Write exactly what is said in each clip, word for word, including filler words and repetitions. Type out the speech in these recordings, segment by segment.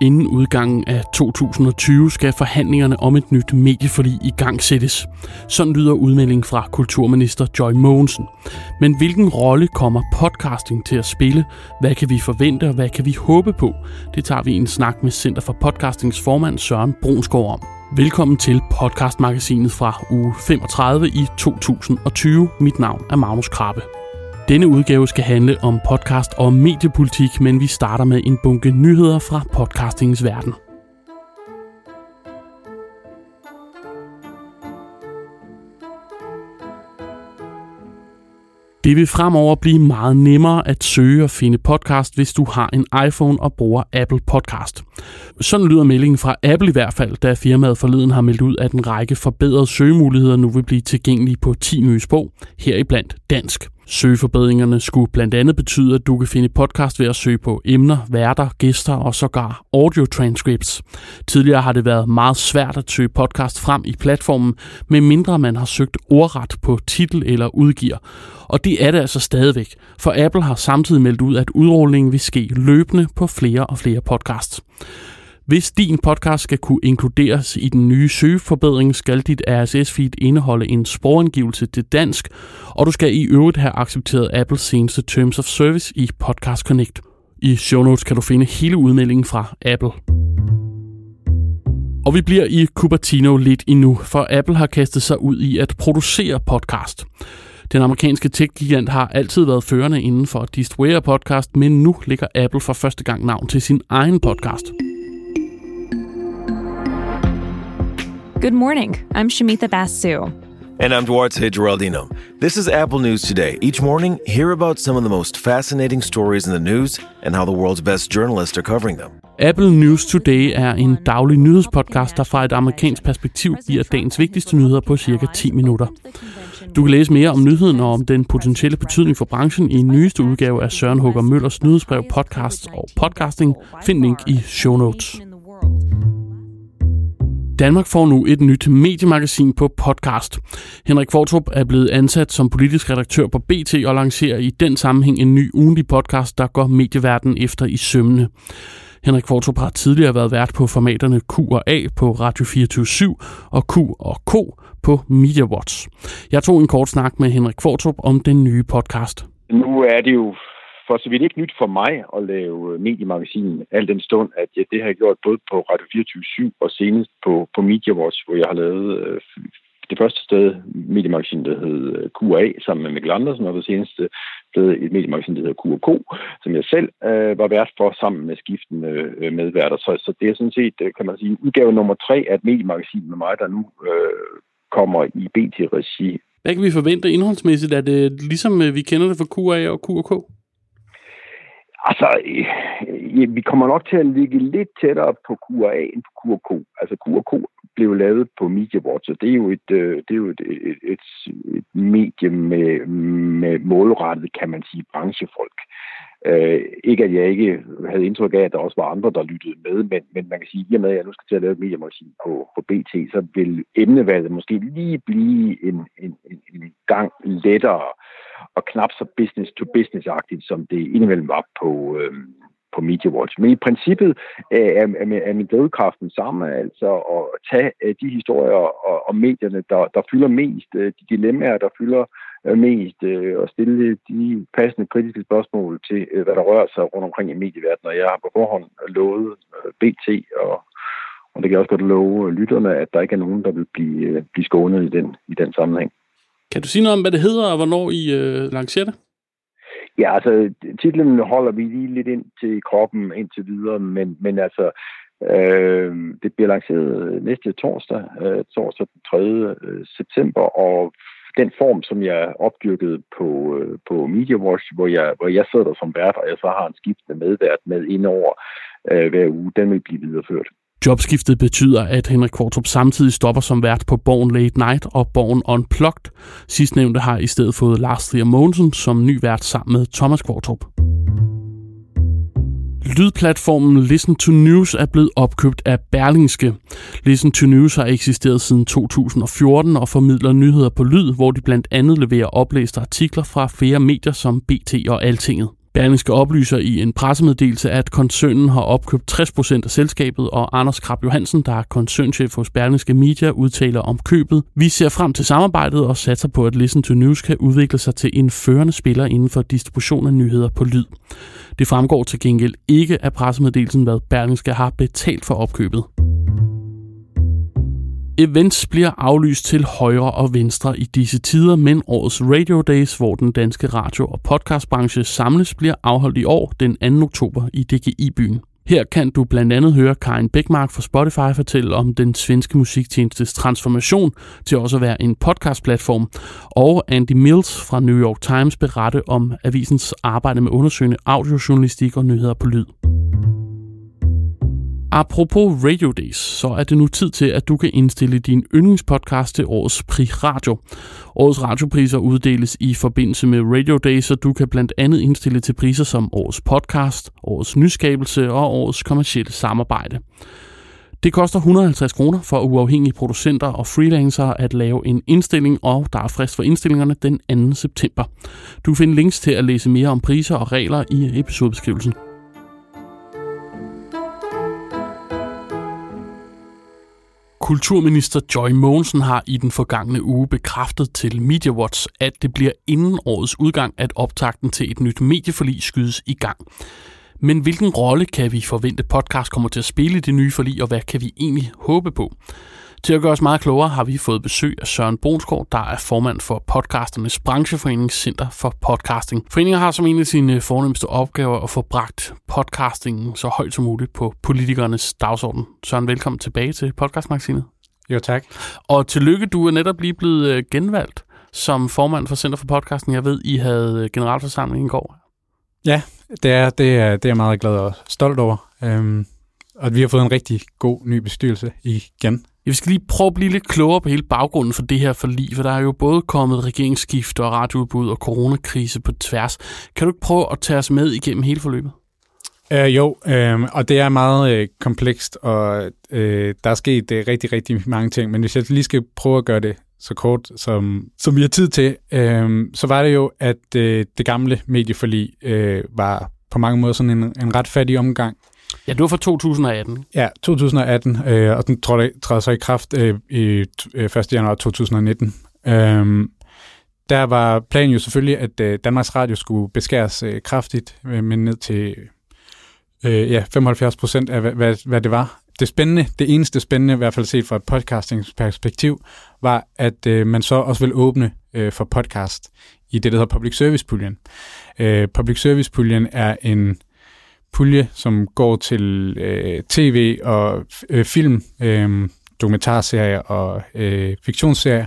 Inden udgangen af to tusind og tyve skal forhandlingerne om et nyt medieforlig i gang sættes. Sådan lyder udmeldingen fra kulturminister Joy Mogensen. Men hvilken rolle kommer podcasting til at spille? Hvad kan vi forvente, og hvad kan vi håbe på? Det tager vi en snak med Center for Podcastings formand Søren Brunsgaard om. Velkommen til podcastmagasinet fra uge femogtredive i to tusind og tyve. Mit navn er Magnus Krabbe. Denne udgave skal handle om podcast og mediepolitik, men vi starter med en bunke nyheder fra podcastingens verden. Det vil fremover blive meget nemmere at søge og finde podcast, hvis du har en iPhone og bruger Apple Podcast. Sådan lyder meldingen fra Apple i hvert fald, da firmaet forleden har meldt ud, at en række forbedrede søgemuligheder nu vil blive tilgængelige på ti nye sprog, heriblandt dansk. Søgeforbedringerne skulle blandt andet betyde, at du kan finde podcast ved at søge på emner, værter, gæster og sågar audio transcripts. Tidligere har det været meget svært at søge podcast frem i platformen, medmindre man har søgt ordret på titel eller udgiver. Og det er det altså stadigvæk, for Apple har samtidig meldt ud, at udrulningen vil ske løbende på flere og flere podcasts. Hvis din podcast skal kunne inkluderes i den nye søgeforbedring, skal dit R S S-feed indeholde en sprogangivelse til dansk, og du skal i øvrigt have accepteret Apples seneste Terms of Service i Podcast Connect. I show notes kan du finde hele udmeldingen fra Apple. Og vi bliver i Cupertino lidt endnu, for Apple har kastet sig ud i at producere podcast. Den amerikanske tech-gigant har altid været førende inden for at distribuere podcast, men nu lægger Apple for første gang navn til sin egen podcast. Good morning. I'm Shamitha Basu. And I'm Duarte Geraldino. This is Apple News Today. Each morning, hear about some of the most fascinating stories in the news and how the world's best journalists are covering them. Apple News Today er en daglig nyhedspodcast, der fra et amerikansk perspektiv giver dagens vigtigste nyheder på cirka ti minutter. Du kan læse mere om nyheden og om den potentielle betydning for branchen i en nyeste udgave af Søren Hugger Møllers nyhedsbrev Podcasts og Podcasting. Find link i show notes. Danmark får nu et nyt mediemagasin på podcast. Henrik Qvortrup er blevet ansat som politisk redaktør på B T og lancerer i den sammenhæng en ny ugentlig podcast, der går medieverdenen efter i sømmene. Henrik Qvortrup har tidligere været vært på formaterne Q og A på Radio fireogtyve syv og Q og K på Media Watch. Jeg tog en kort snak med Henrik Qvortrup om den nye podcast. Nu er det jo for så vidt ikke nyt for mig at lave mediemagasin, al den stund, at jeg, det har jeg gjort både på Radio fireogtyve syv og senest på, på Media Watch, hvor jeg har lavet øh, det første sted mediemagasin, der hed Q og A, sammen med Mikkel Andersen, og det seneste blev et mediemagasin, der hedder Q og K, som jeg selv øh, var vært for sammen med skiftende øh, medværter. Så, så det er sådan set, kan man sige, udgave nummer tre af et mediemagasin med mig, der nu øh, kommer i B T-regi. Hvad kan vi forvente indholdsmæssigt? Er det ligesom vi kender det fra Q og A og Q og K? Altså, øh, vi kommer nok til at ligge lidt tættere på Q og A end på Q og K. Altså, Q og K blev lavet på Media Watch, og det er jo et, øh, det er jo et, et, et, et medie med, med målrettet, kan man sige, branchefolk. Øh, ikke at jeg ikke havde indtryk af, at der også var andre, der lyttede med, men, men man kan sige, at i og med, at jeg nu skal til at lave et mediemagasin på, på B T, så vil emnevalget måske lige blive en, en, en, en gang lettere og knap så business-to-business-agtigt, som det indimellem var på, øhm, på Media Watch. Men i princippet øh, er, er, er min drivkraften sammen, altså at tage øh, de historier og, og medierne, der, der fylder mest, øh, de dilemmaer, der fylder øh, mest, øh, og stille de passende kritiske spørgsmål til, øh, hvad der rører sig rundt omkring i medieverdenen. Og jeg har på forhånd lovet øh, B T, og, og det kan jeg også godt love lytterne, at der ikke er nogen, der vil blive, øh, blive skånet i den, i den sammenhæng. Kan du sige noget om, hvad det hedder, og hvornår I øh, lancerer det? Ja, altså, titlen holder vi lige lidt ind til kroppen indtil videre, men, men altså, øh, det bliver lanceret næste torsdag, øh, torsdag den tredje september, og den form, som jeg opdyrkede på, øh, på Media Watch, hvor jeg, hvor jeg sidder der som vært, og jeg så har en skiftende medvært med indover øh, hver uge, den vil blive videreført. Jobskiftet betyder, at Henrik Qvortrup samtidig stopper som vært på Borgen Late Night og Borgen Unplugged. Sidstnævnte har i stedet fået Lars Trier Mogensen som ny vært sammen med Thomas Qvortrup. Lydplatformen Listen to News er blevet opkøbt af Berlingske. Listen to News har eksisteret siden to tusind og fjorten og formidler nyheder på lyd, hvor de blandt andet leverer oplæste artikler fra flere medier som B T og Altinget. Berlingske oplyser i en pressemeddelelse, at koncernen har opkøbt tres procent af selskabet, og Anders Krab Johansen, der er koncernchef hos Berlingske Media, udtaler om købet: "Vi ser frem til samarbejdet og satser på, at Listen to News kan udvikle sig til en førende spiller inden for distribution af nyheder på lyd." Det fremgår til gengæld ikke af pressemeddelelsen, hvad Berlingske har betalt for opkøbet. Events bliver aflyst til højre og venstre i disse tider, men årets Radio Days, hvor den danske radio- og podcastbranche samles, bliver afholdt i år den anden oktober i D G I-byen. Her kan du blandt andet høre Karin Bækmark fra Spotify fortælle om den svenske musiktjenestes transformation til også at være en podcastplatform, og Andy Mills fra New York Times berette om avisens arbejde med undersøgende audiojournalistik og nyheder på lyd. Apropos Radio Days, så er det nu tid til, at du kan indstille din yndlingspodcast til årets Prix Radio. Årets radiopriser uddeles i forbindelse med Radio Days, så du kan blandt andet indstille til priser som årets podcast, årets nyskabelse og årets kommercielle samarbejde. Det koster et hundrede og halvtreds kroner for uafhængige producenter og freelancere at lave en indstilling, og der er frist for indstillingerne den anden september. Du kan finde links til at læse mere om priser og regler i episodebeskrivelsen. Kulturminister Joy Mogensen har i den forgangne uge bekræftet til MediaWatch, at det bliver inden årets udgang, at optakten til et nyt medieforlig skydes i gang. Men hvilken rolle kan vi forvente podcast kommer til at spille i det nye forlig, og hvad kan vi egentlig håbe på? Til at gøre os meget klogere har vi fået besøg af Søren Brunsgaard, der er formand for podcasternes brancheforening Center for Podcasting. Foreningen har som en af sine fornemmeste opgaver at få bragt podcastingen så højt som muligt på politikernes dagsorden. Søren, velkommen tilbage til Podcastmagasinet. Jo, tak. Og tillykke, du er netop lige blevet genvalgt som formand for Center for Podcasting. Jeg ved, I havde generalforsamling i går. Ja, det er, det er, det er jeg meget glad og stolt over. Øhm, og vi har fået en rigtig god ny bestyrelse igen. Jeg skal lige prøve at blive lidt klogere på hele baggrunden for det her forlig, for der er jo både kommet regeringsskift og radioudbud og coronakrise på tværs. Kan du ikke prøve at tage os med igennem hele forløbet? Uh, jo, øh, og det er meget øh, komplekst, og øh, der er sket øh, rigtig, rigtig mange ting. Men hvis jeg lige skal prøve at gøre det så kort, som, som vi har tid til, øh, så var det jo, at øh, det gamle medieforlig øh, var på mange måder sådan en, en ret fattig omgang. Ja, det var fra to tusind og atten. Ja, to tusind og atten, øh, og den trådte, trådte så i kraft øh, i øh, første januar to tusind og nitten. Øh, der var planen jo selvfølgelig, at øh, Danmarks Radio skulle beskæres øh, kraftigt, øh, men ned til øh, ja, femoghalvfjerds procent af, hvad, hvad, hvad det var. Det spændende, det eneste spændende, i hvert fald set fra et podcastingsperspektiv, var, at øh, man så også ville åbne øh, for podcast i det, der hedder Public Service-puljen. Øh, Public Service-puljen er en pulje, som går til øh, tv og øh, film, øh, dokumentarserier og øh, fiktionsserier,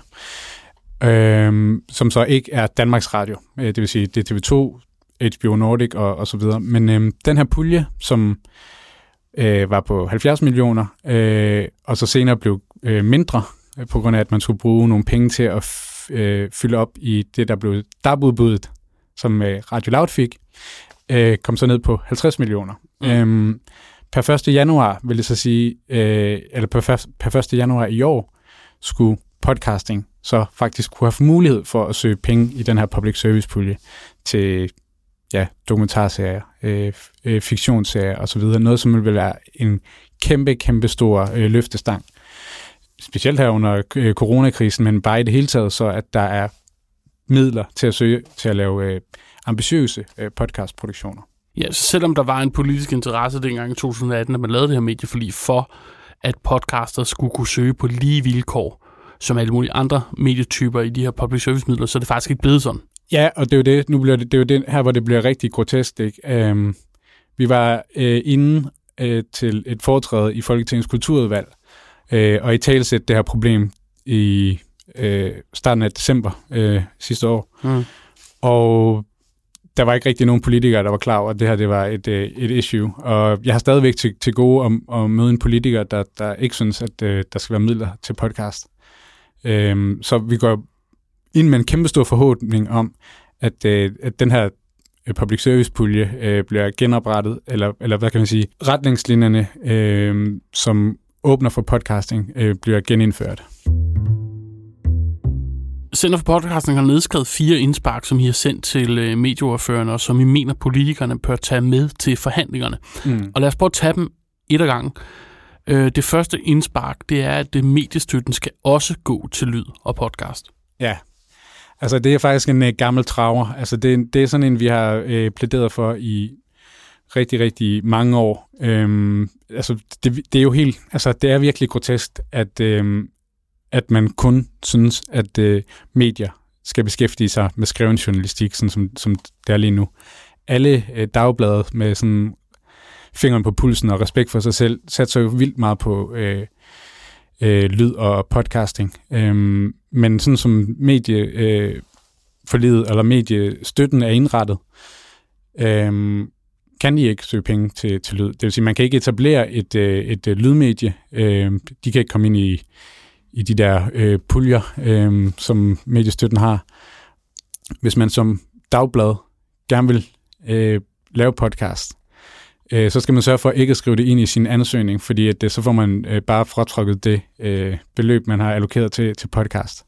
øh, som så ikke er Danmarks Radio. Øh, det vil sige, det er T V to, H B O Nordic og, og så videre. Men øh, den her pulje, som øh, var på halvfjerds millioner, øh, og så senere blev øh, mindre, øh, på grund af, at man skulle bruge nogle penge til at f- øh, fylde op i det, der blev D A B-udbuddet, som øh, Radio Loud fik, øh, kom så ned på halvtreds millioner. Mm. Øhm, per første januar, vil det så sige, øh, eller per, per første januar i år, skulle podcasting så faktisk kunne have mulighed for at søge penge i den her public service pulje til ja, dokumentarserier, øh, øh, fiktionsserier osv. Noget, som vil være en kæmpe, kæmpe stor øh, løftestang. Specielt her under øh, coronakrisen, men bare i det hele taget, så at der er midler til at søge til at lave øh, ambitiøse øh, podcastproduktioner. Ja, så selvom der var en politisk interesse dengang i to tusind og atten, at man lavede det her medieforlig for, at podcaster skulle kunne søge på lige vilkår, som alle mulige andre medietyper i de her public service-midler, så er det faktisk ikke blevet sådan. Ja, og det er jo det, nu bliver det, det er jo det her, hvor det bliver rigtig grotesk. Ikke? Um, vi var uh, inde uh, til et foretræde i Folketingets kulturudvalg, uh, og i talesæt det her problem i uh, starten af december uh, sidste år. Mm. Og der var ikke rigtig nogen politikere, der var klar over, at det her det var et, et issue. Og jeg har stadigvæk til, til gode at, at møde en politiker, der, der ikke synes, at uh, der skal være midler til podcast. Um, så vi går ind med en kæmpe stor forhåbning om, at, uh, at den her public service pulje uh, bliver genoprettet, eller, eller hvad kan man sige, retningslinjerne, uh, som åbner for podcasting, uh, bliver genindført. Center for Podcasting har nedskrevet fire indspark, som I har sendt til øh, medieordførerne, og som I mener, politikerne bør tage med til forhandlingerne. Mm. Og lad os prøve at tage dem et ad gangen. Øh, det første indspark, det er, at det mediestøtten skal også gå til lyd og podcast. Ja, altså det er faktisk en uh, gammel traver. Altså det, det er sådan en, vi har uh, plæderet for i rigtig, rigtig mange år. Øhm, altså det, det er jo helt, altså det er virkelig grotesk, at øhm, at man kun synes, at øh, medier skal beskæftige sig med skreven journalistik, sådan som, som det er lige nu. Alle øh, dagblade med sådan fingeren på pulsen og respekt for sig selv, satser jo vildt meget på øh, øh, lyd og podcasting. Øhm, men sådan som medieforliget øh, eller mediestøtten er indrettet, øh, kan de ikke søge penge til, til lyd. Det vil sige, man kan ikke etablere et, øh, et øh, lydmedie. Øh, de kan ikke komme ind i i de der øh, puljer, øh, som mediestøtten har. Hvis man som dagblad gerne vil øh, lave podcast, øh, så skal man sørge for ikke at skrive det ind i sin ansøgning, fordi at, så får man øh, bare fratrykket det øh, beløb, man har allokeret til, til podcast.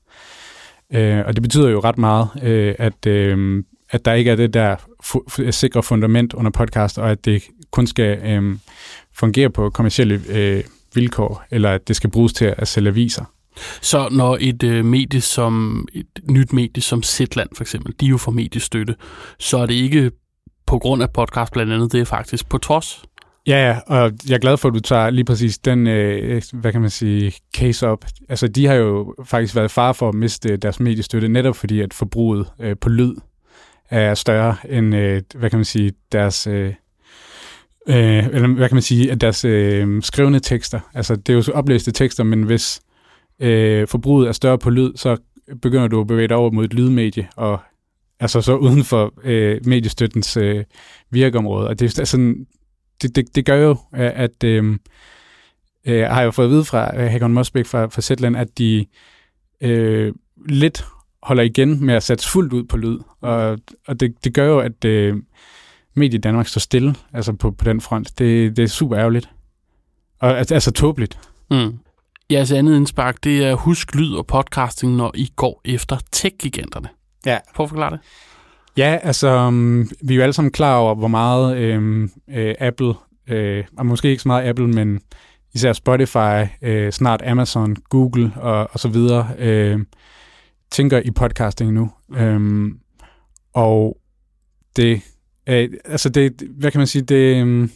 Øh, og det betyder jo ret meget, øh, at, øh, at der ikke er det der fu- sikre fundament under podcast, og at det kun skal øh, fungere på kommercielle øh, vilkår, eller at det skal bruges til at sælge aviser. Så når et øh, medie som et nyt medie som Zetland for eksempel, de jo får mediestøtte, så er det ikke på grund af podcast blandt andet, det er faktisk på trods. Ja, ja, og jeg er glad for, at du tager lige præcis den, øh, hvad kan man sige, case op. Altså, de har jo faktisk været far for at miste deres mediestøtte, netop fordi, at forbruget øh, på lyd er større end, øh, hvad kan man sige, deres... Øh, Øh, eller hvad kan man sige, at deres øh, skrevne tekster, altså det er jo så oplæste tekster, men hvis øh, forbruget er større på lyd, så begynder du at bevæge dig over mod et lydmedie, og altså så uden for øh, mediestøttens øh, virkeområde. Og det, altså, det, det, det gør jo, at øh, øh, har jeg jo fået at vide fra Hakon Mosbæk fra, fra Zetland, at de øh, lidt holder igen med at sætte fuldt ud på lyd, og, og det, det gør jo, at øh, Medie Danmark står stille, altså på, på den front. Det, det er super ærgerligt. Og altså, altså tåbeligt. Mm. Jeres andet indspark, det er husk lyd og podcasting, når I går efter tech-giganterne. Ja. Prøv at forklare det. Ja, altså, um, vi er jo alle sammen klar over, hvor meget øhm, øh, Apple, øh, og måske ikke så meget Apple, men især Spotify, øh, snart Amazon, Google og, og så videre, øh, tænker i podcasting nu. Øhm, og det... Øh, altså det, hvad kan man sige, det, øh,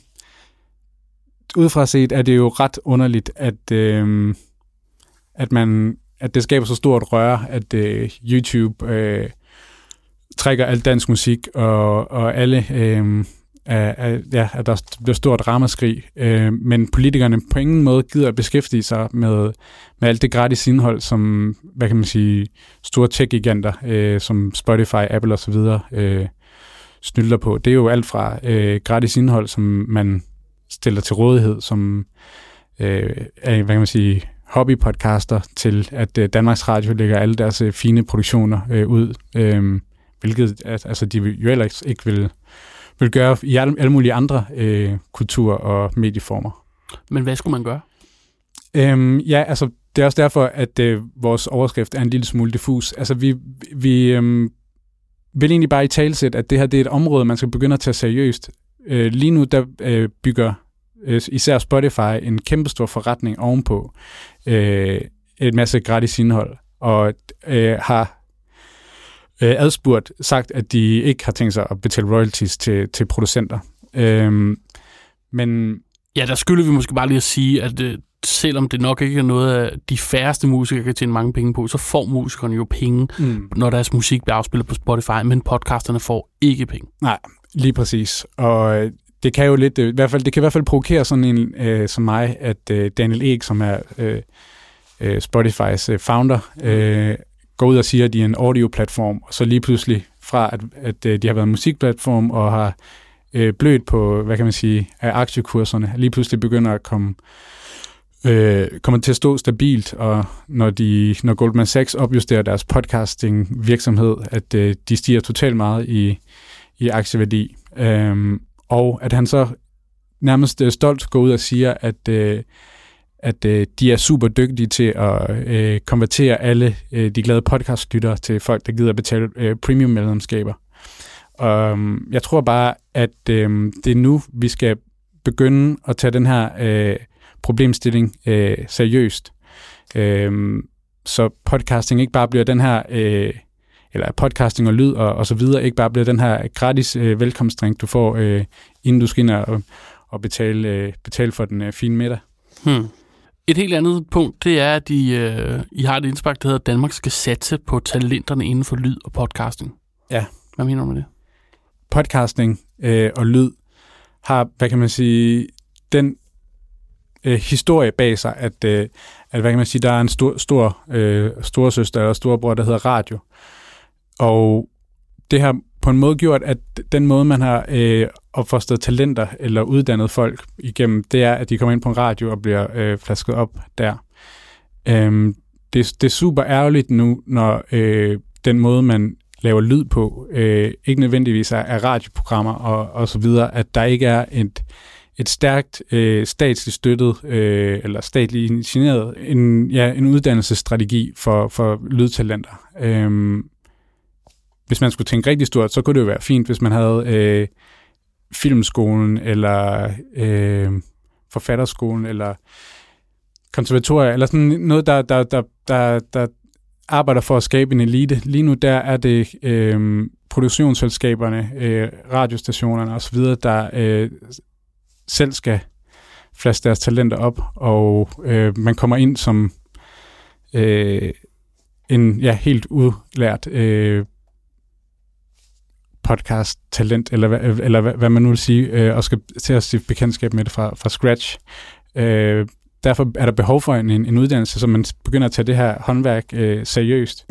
udefra set er det jo ret underligt, at, øh, at, man, at det skaber så stort røre, at øh, YouTube øh, trækker alt dansk musik, og, og alle, øh, er, er, ja, at der bliver stort ramaskrig, øh, men politikerne på ingen måde gider at beskæftige sig med, med alt det gratis indhold, som, hvad kan man sige, store tech-giganter, øh, som Spotify, Apple osv., øh, snylder på. Det er jo alt fra øh, gratis indhold, som man stiller til rådighed, som øh, er, hvad kan man sige, hobbypodcaster, til at øh, Danmarks Radio lægger alle deres øh, fine produktioner øh, ud, øh, hvilket altså, de jo ellers ikke vil, vil gøre i alle, alle mulige andre øh, kultur- og medieformer. Men hvad skulle man gøre? Øhm, ja, altså det er også derfor, at øh, vores overskrift er en lille smule diffus. Altså vi, vi øh, vil egentlig bare i talsæt, at det her det er et område, man skal begynde at tage seriøst. Øh, lige nu der øh, bygger øh, især Spotify en kæmpestor forretning ovenpå øh, et masse gratis indhold, og øh, har øh, adspurgt sagt, at de ikke har tænkt sig at betale royalties til, til producenter. Øh, men ja, der skylder vi måske bare lige at sige, at øh, selvom det nok ikke er noget af de færreste musikere kan tjene mange penge på, så får musikerne jo penge, mm. når deres musik bliver afspillet på Spotify, men podcasterne får ikke penge. Nej, lige præcis. Og det kan jo lidt, i hvert fald, det kan i hvert fald provokere sådan en øh, som mig, at øh, Daniel Ek, som er øh, øh, Spotifys øh, founder, øh, går ud og siger, at de er en audio-platform, og så lige pludselig fra, at, at øh, de har været en musikplatform og har øh, blødt på, hvad kan man sige, af aktiekurserne, lige pludselig begynder at komme Øh, kommer til at stå stabilt, og når, de, når Goldman Sachs opjusterer deres podcasting virksomhed, at øh, de stiger totalt meget i, i aktieværdi. Øhm, og at han så nærmest stolt går ud og siger, at, øh, at øh, de er super dygtige til at øh, konvertere alle øh, de glade podcastlyttere til folk, der gider betale øh, premium-medlemskaber. Og øh, jeg tror bare, at øh, det er nu, vi skal begynde at tage den her øh, problemstilling øh, seriøst. Øh, så podcasting ikke bare bliver den her, øh, eller podcasting og lyd og, og så videre, ikke bare bliver den her gratis øh, velkomstdrink, du får, øh, inden du skal ind og, og betale, øh, betale for den øh, fine middag. Hmm. Et helt andet punkt, det er, at I, øh, I har et indspark, der hedder, at Danmark skal satse på talenterne inden for lyd og podcasting. Ja. Hvad mener du med det? Podcasting øh, og lyd har, hvad kan man sige, den øh, historie bag sig, at, øh, at hvad kan man sige, der er en stor, stor øh, storesøster eller storebror, der hedder radio. Og det har på en måde gjort, at den måde, man har øh, opfostret talenter eller uddannet folk igennem, det er, at de kommer ind på en radio og bliver øh, flasket op der. Øhm, det, det er super ærgerligt nu, når øh, den måde, man laver lyd på, øh, ikke nødvendigvis er, er radioprogrammer og, og så videre, at der ikke er et, et stærkt øh, statsligt støttet øh, eller statligt initieret en, ja, en uddannelsesstrategi for, for lydtalenter. Øhm, hvis man skulle tænke rigtig stort, så kunne det jo være fint, hvis man havde øh, filmskolen eller øh, forfatterskolen eller konservatorier, eller sådan noget, der, der, der, der, der arbejder for at skabe en elite. Lige nu der er det øh, produktionsselskaberne, øh, radiostationerne osv., der øh, selv skal flaske deres talenter op, og øh, man kommer ind som øh, en ja, helt udlært øh, podcast-talent, eller, eller hvad, hvad man nu vil sige, øh, og skal til at stifte bekendtskab med det fra, fra scratch. Øh, derfor er der behov for en, en uddannelse, så man begynder at tage det her håndværk øh, seriøst.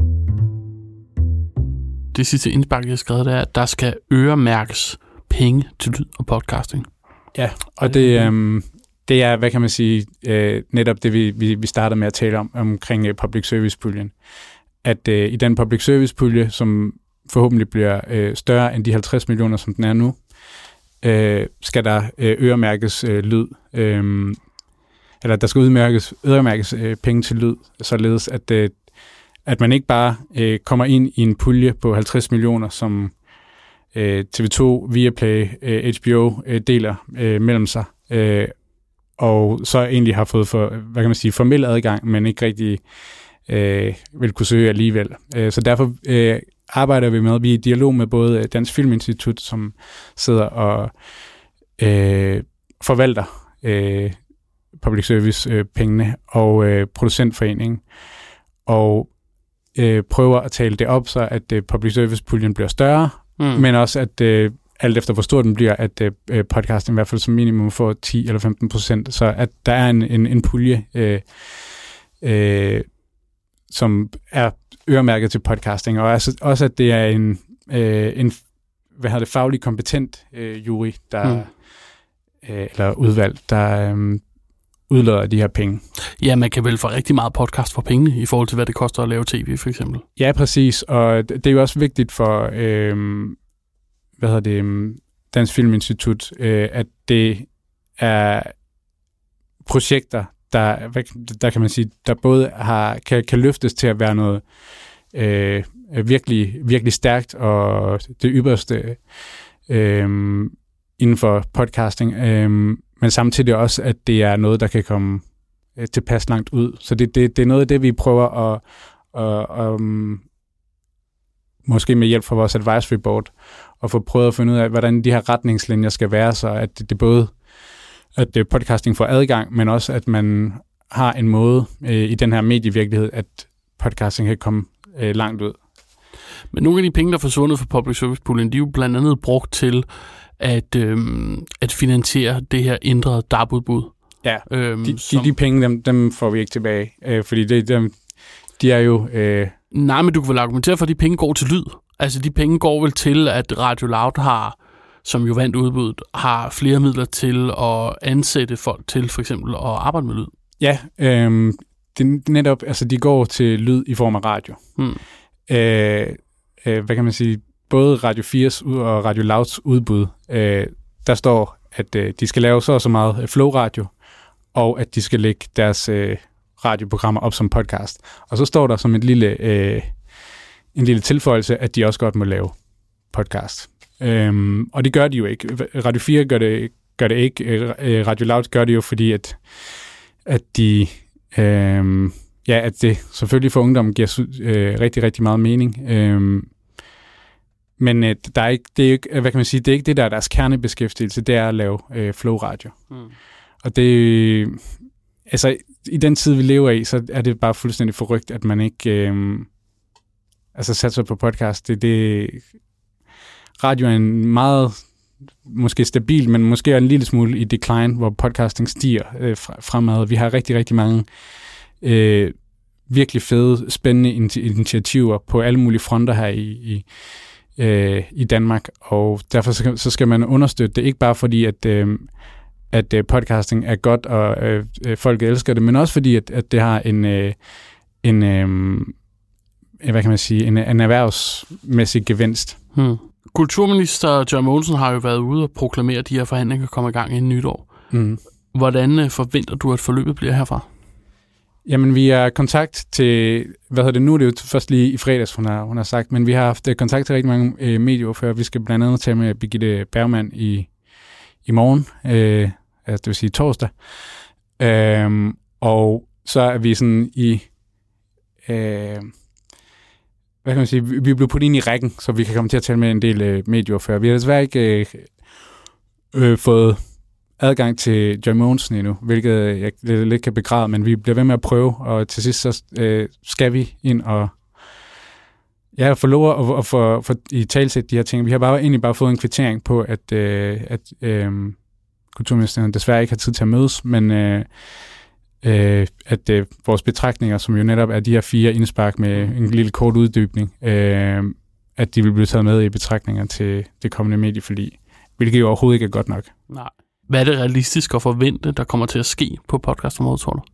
Det sidste indspark, jeg har skrevet, det er, at der skal øremærkes penge til lyd og podcasting. Ja, og det, øh, det er, hvad kan man sige, øh, netop det, vi, vi, vi starter med at tale om, omkring øh, public service-puljen. At øh, i den public service-pulje, som forhåbentlig bliver øh, større end de halvtreds millioner, som den er nu, øh, skal der øh, øremærkes øh, lyd, øh, eller der skal udmærkes, øremærkes øh, penge til lyd, således at, øh, at man ikke bare øh, kommer ind i en pulje på halvtreds millioner, som øh, T V to, Viaplay, øh, H B O øh, deler øh, mellem sig, øh, og så egentlig har fået for, hvad kan man sige, formel adgang, men ikke rigtig øh, vil kunne søge alligevel. Øh, så derfor øh, arbejder vi med, vi er i dialog med både Dansk Filminstitut, som sidder og øh, forvalter øh, public service øh, pengene, og øh, producentforeningen, og øh, prøver at tale det op, så at øh, public service puljen bliver større, mm. men også at øh, alt efter hvor stor den bliver, at øh, podcasten i hvert fald som minimum får ti eller femten procent, så at der er en, en, en pulje, øh, øh, som er øremærket til podcasting, og altså, også at det er en, øh, en hvad hedder det, faglig kompetent øh, jury, der, mm. øh, eller udvalg, der øh, udlader de her penge. Ja, man kan vel få rigtig meget podcast for pengene, i forhold til, hvad det koster at lave tv, for eksempel. Ja, præcis, og det er jo også vigtigt for øh, hvad hedder det, Dansk Filminstitut, øh, at det er projekter, der, der kan man sige, der både har, kan, kan løftes til at være noget øh, virkelig, virkelig stærkt, og det ypperste øh, inden for podcasting, øh, men samtidig også, at det er noget, der kan komme øh, tilpas langt ud. Så det, det, det er noget af det, vi prøver at, at, at um, måske med hjælp fra vores advisory board, at få prøvet at finde ud af, hvordan de her retningslinjer skal være, så at det, det både at podcasting får adgang, men også at man har en måde øh, i den her medievirkelighed, at podcasting kan komme øh, langt ud. Men nogle af de penge, der er forsvundet fra public service puljen, de er jo blandt andet brugt til at, øhm, at finansiere det her ændrede D A B-udbud. Ja, øhm, de, som... de, de penge, dem, dem får vi ikke tilbage, øh, fordi det, dem, de er jo... Øh... Nej, men du kan vel argumentere for, at de penge går til lyd. Altså, de penge går vel til, at Radio Loud har, som jo vandt udbuddet, har flere midler til at ansætte folk til, for eksempel, at arbejde med lyd. Ja, øh, det netop, altså de går til lyd i form af radio. Hmm. Øh, øh, hvad kan man sige? Både Radio fires og Radio Louds udbud, øh, der står, at øh, de skal lave så og så meget flowradio, og at de skal lægge deres øh, radioprogrammer op som podcast. Og så står der som et lille, øh, en lille tilføjelse, at de også godt må lave podcast. Øhm, og det gør de jo ikke. Radio fire gør det, gør det ikke. Radio Loud gør det jo, fordi at, at de... Øh, ja, at det selvfølgelig for ungdom giver øh, rigtig, rigtig meget mening. Øh, men øh, der er ikke, det er ikke, hvad kan man sige, det er ikke det, der er deres kernebeskæftigelse, det er at lave øh, flow-radio. Mm. Og det, altså i den tid, vi lever i, så er det bare fuldstændig forrygt, at man ikke øh, altså satser på podcast. Det, det, radio er en meget, måske stabil, men måske en lille smule i decline, hvor podcasting stiger øh, fremad. Vi har rigtig, rigtig mange øh, virkelig fede, spændende initiativer på alle mulige fronter her i, i, øh, i Danmark, og derfor så, så skal man understøtte det, ikke bare fordi, at, øh, at podcasting er godt, og øh, folk elsker det, men også fordi, at, at det har en, øh, en øh, hvad kan man sige, en, en erhvervsmæssig gevinst. Hmm. Kulturminister Joy Mogensen har jo været ude og proklamere, at de her forhandlinger kommer i gang inden nytår. Mm. Hvordan forventer du, at forløbet bliver herfra? Jamen, vi har kontakt til, hvad hedder det nu, det er jo først lige i fredags, hun har, hun har sagt, men vi har haft kontakt til rigtig mange øh, medieordfører. Vi skal blandt andet tage med Birgitte Bergman i, i morgen, øh, altså det vil sige torsdag. Øh, og så er vi sådan i... Øh, hvad kan man sige, vi er blevet puttet ind i rækken, så vi kan komme til at tale med en del øh, medieordfører. Vi har desværre ikke øh, øh, fået adgang til Joy Mogensen endnu, hvilket jeg lidt kan begræde, men vi bliver ved med at prøve, og til sidst så øh, skal vi ind og ja, få lov at få i talsætte de her ting. Vi har bare egentlig bare fået en kvittering på, at, øh, at øh, kulturministeren desværre ikke har tid til at mødes, men øh, øh, at øh, vores betragtninger, som jo netop er de her fire indspark med en lille kort uddybning, øh, at de vil blive taget med i betragtninger til det kommende medieforlig, hvilket jo overhovedet ikke er godt nok. Nej. Hvad er det realistisk at forvente, der kommer til at ske på podcastområdet, tror du?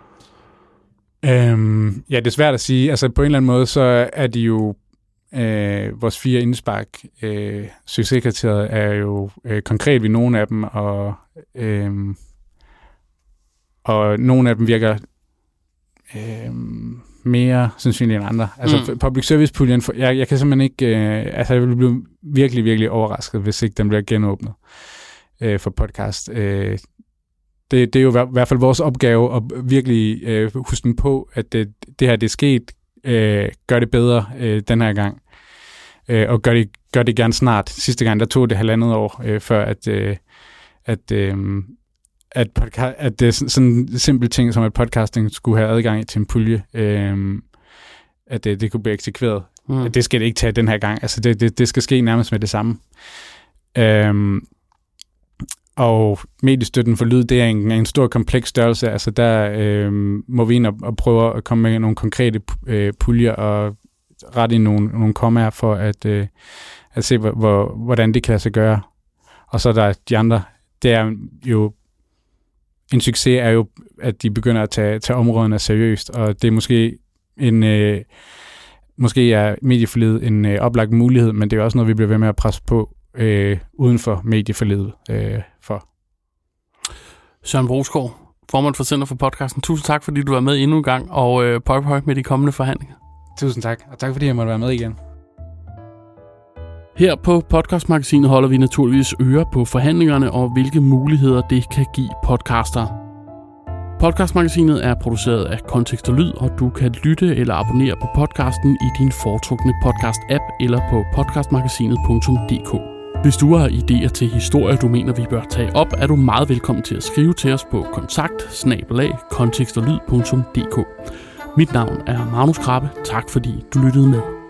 Øhm, ja, det er svært at sige. Altså på en eller anden måde, så er de jo, øh, vores fire indspark, øh, succeskriteriet er jo øh, konkret ved nogle af dem, og, øh, og nogle af dem virker øh, mere sandsynligt end andre. Altså mm. public service puljen, jeg, jeg kan simpelthen ikke, øh, altså jeg vil blive virkelig, virkelig overrasket, hvis ikke den bliver genåbnet for podcast. Det, det er jo i hvert fald vores opgave at virkelig øh, huske dem på, at det, det her det er sket. Øh, gør det bedre øh, den her gang. Øh, og gør det, gør det gerne snart. Sidste gang, der tog det halvandet år, øh, før at, øh, at, øh, at, podca- at det sådan en simpel ting, som at podcasting skulle have adgang til en pulje, øh, at det, det kunne blive eksekveret. Mm. Det skal det ikke tage den her gang. Altså det, det, det skal ske nærmest med det samme. Øh, Og mediestøtten for lyd, det er en, en stor kompleks størrelse. Altså der øh, må vi ind og, og prøve at komme med nogle konkrete øh, puljer og rette i nogle, nogle kommaer for at, øh, at se, hvor, hvor, hvordan det kan lade sig gøre. Og så er der de andre. Det er jo en succes er jo, at de begynder at tage, tage områderne seriøst, og det er måske en øh, måske er medieforliget en øh, oplagt mulighed, men det er også noget, vi bliver ved med at presse på Øh, uden for medieforliget øh, for. Søren Broskov, formand for Center for Podcasten. Tusind tak, fordi du var med endnu en gang, og øh, pøj pøj med de kommende forhandlinger. Tusind tak, og tak fordi jeg måtte være med igen. Her på Podcastmagasinet holder vi naturligvis øre på forhandlingerne og hvilke muligheder det kan give podcastere. Podcastmagasinet er produceret af Kontekst og Lyd, og du kan lytte eller abonnere på podcasten i din foretrukne podcast-app eller på podcastmagasinet punktum d k. Hvis du har idéer til historier, du mener, vi bør tage op, er du meget velkommen til at skrive til os på kontakt bindestreg kontekst og lyd punktum d k. Mit navn er Magnus Krabbe. Tak fordi du lyttede med.